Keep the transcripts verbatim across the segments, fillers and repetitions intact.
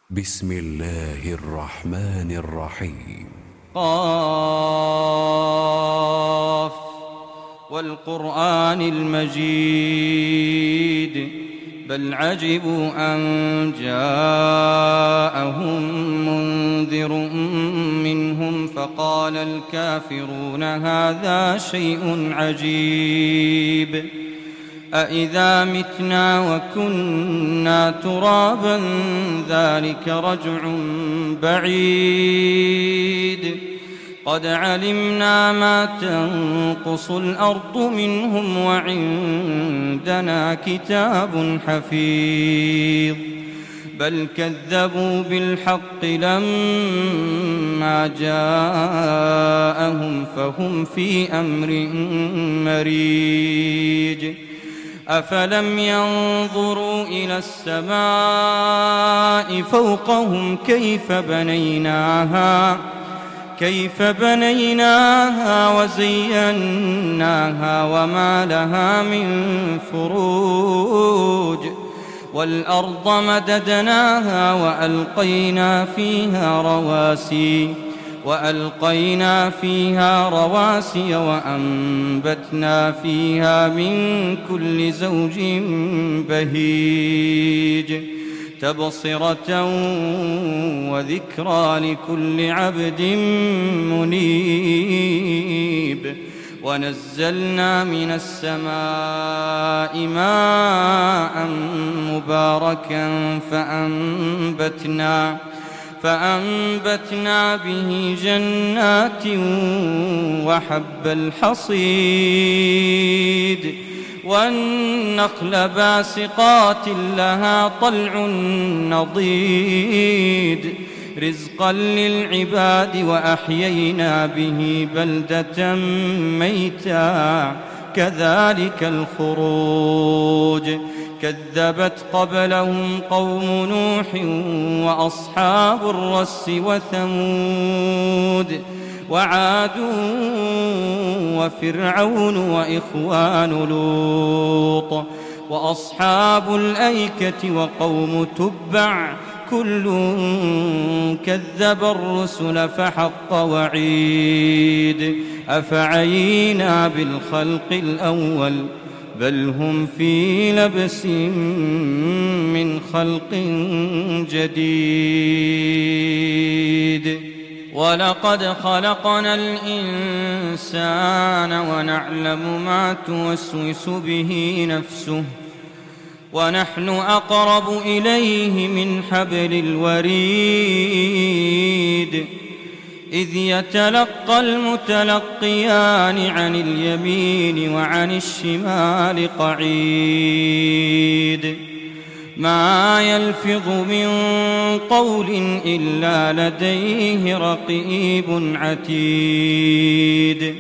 بسم الله الرحمن الرحيم. قاف والقرآن المجيد بل عجبوا أن جاءهم منذر منهم فقال الكافرون هذا شيء عجيب أإذا متنا وكنا ترابا ذلك رجع بعيد قد علمنا ما تنقص الأرض منهم وعندنا كتاب حفيظ بل كذبوا بالحق لما جاءهم فهم في أمر مريج أفلم ينظروا إلى السماء فوقهم كيف بنيناها كيف بنيناها وزيناها وما لها من فروج والأرض مددناها وألقينا فيها رواسي وألقينا فيها رواسي وأنبتنا فيها من كل زوج بهيج تبصرة وذكرى لكل عبد منيب ونزلنا من السماء ماء مباركا فأنبتنا فأنبتنا به جنات وحب الحصيد والنخل باسقات لها طلع نضيد رزقا للعباد وأحيينا به بلدة ميتا كذلك الخروج كذبت قبلهم قوم نوح وأصحاب الرس وثمود وعاد وفرعون وإخوان لوط وأصحاب الأيكة وقوم تبع كل كذب الرسل فحق وعيد أفعينا بالخلق الأول بل هم في لبس من خلق جديد ولقد خلقنا الإنسان ونعلم ما توسوس به نفسه ونحن أقرب إليه من حبل الوريد إذ يتلقى المتلقيان عن اليمين وعن الشمال قعيد ما يلفظ من قول إلا لديه رقيب عتيد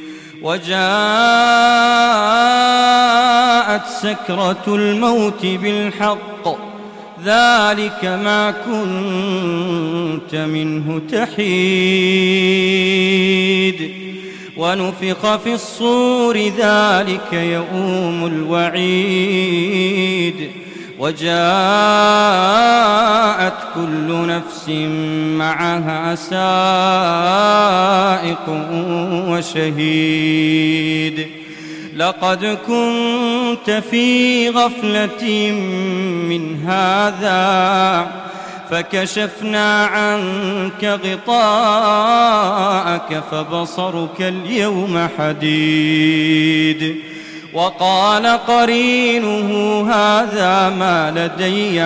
وجاءت سكرة الموت بالحق ذلك ما كنت منه تحيد ونفخ في الصور ذلك يوم الوعيد وجاءت كل نفس معها سائق وشهيد لقد كنت في غفلة من هذا فكشفنا عنك غطاءك فبصرك اليوم حديد وقال قرينه هذا ما لدي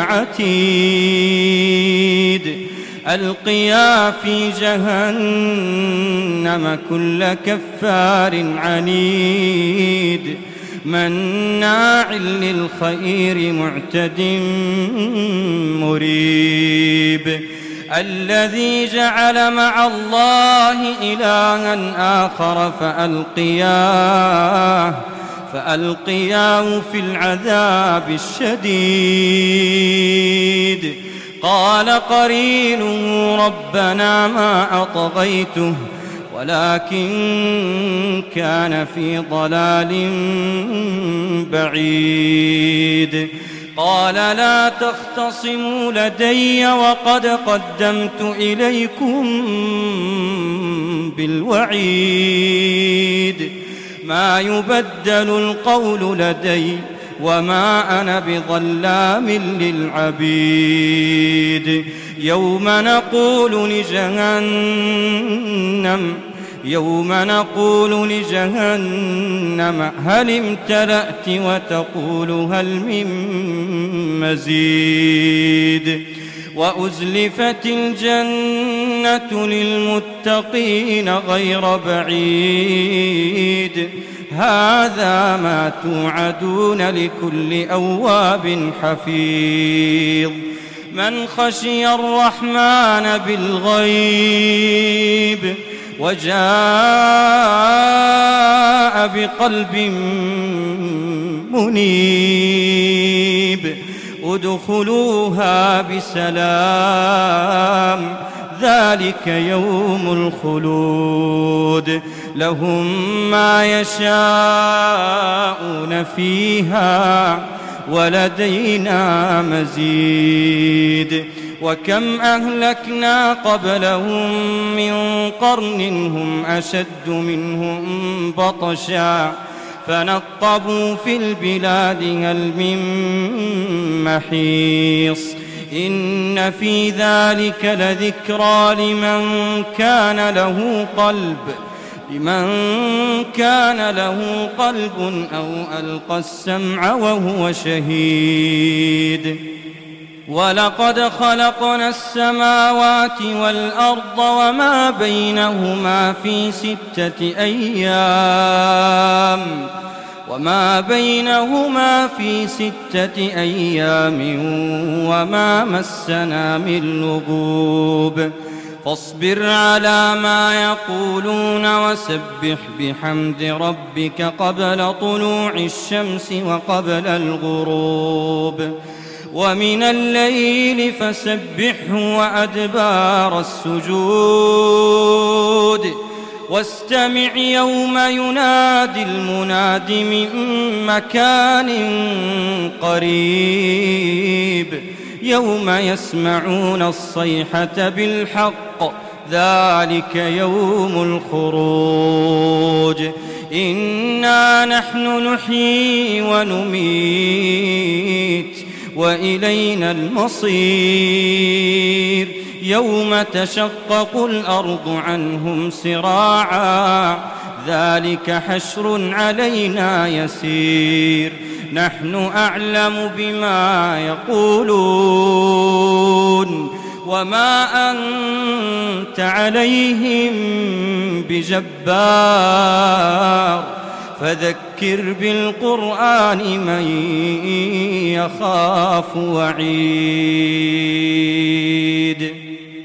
عتيد ألقيا في جهنم كل كفار عنيد مناع للخير معتد مريب الذي جعل مع الله إلها آخر فألقياه فألقياه في العذاب الشديد قال قرينه ربنا ما أطغيته ولكن كان في ضلال بعيد قال لا تختصموا لدي وقد قدمت إليكم بالوعيد ما يبدل القول لدي وما أنا بظلام للعبيد يوم نقول لجهنم يوم نقول لجهنم هل امتلأت وتقول هل من مزيد وأزلفت الجنة للمتقين غير بعيد هذا ما توعدون لكل أواب حفيظ من خشي الرحمن بالغيب وجاء بقلب منيب ادخلوها بسلام ذلك يوم الخلود لهم ما يشاءون فيها ولدينا مزيد وكم أهلكنا قبلهم من قرن هم أشد منهم بطشا فنقبوا في البلاد هل من محيص إن في ذلك لذكرى لمن كان له قلب لمن كان له قلب أو ألقى السمع وهو شهيد ولقد خلقنا السماوات والأرض وما بينهما في ستة أيام وما بينهما في ستة أيام وما مسنا من لغوب فاصبر على ما يقولون وسبح بحمد ربك قبل طلوع الشمس وقبل الغروب ومن الليل فسبحه وأدبار السجود واستمع يوم ينادي المناد من مكان قريب يوم يسمعون الصيحة بالحق ذلك يوم الخروج إنا نحن نحيي ونميت وإلينا المصير يوم تشقق الأرض عنهم سراعا ذلك حشر علينا يسير نحن أعلم بما يقولون وما أنت عليهم بجبار فذكر بالقرآن من يخاف وعيد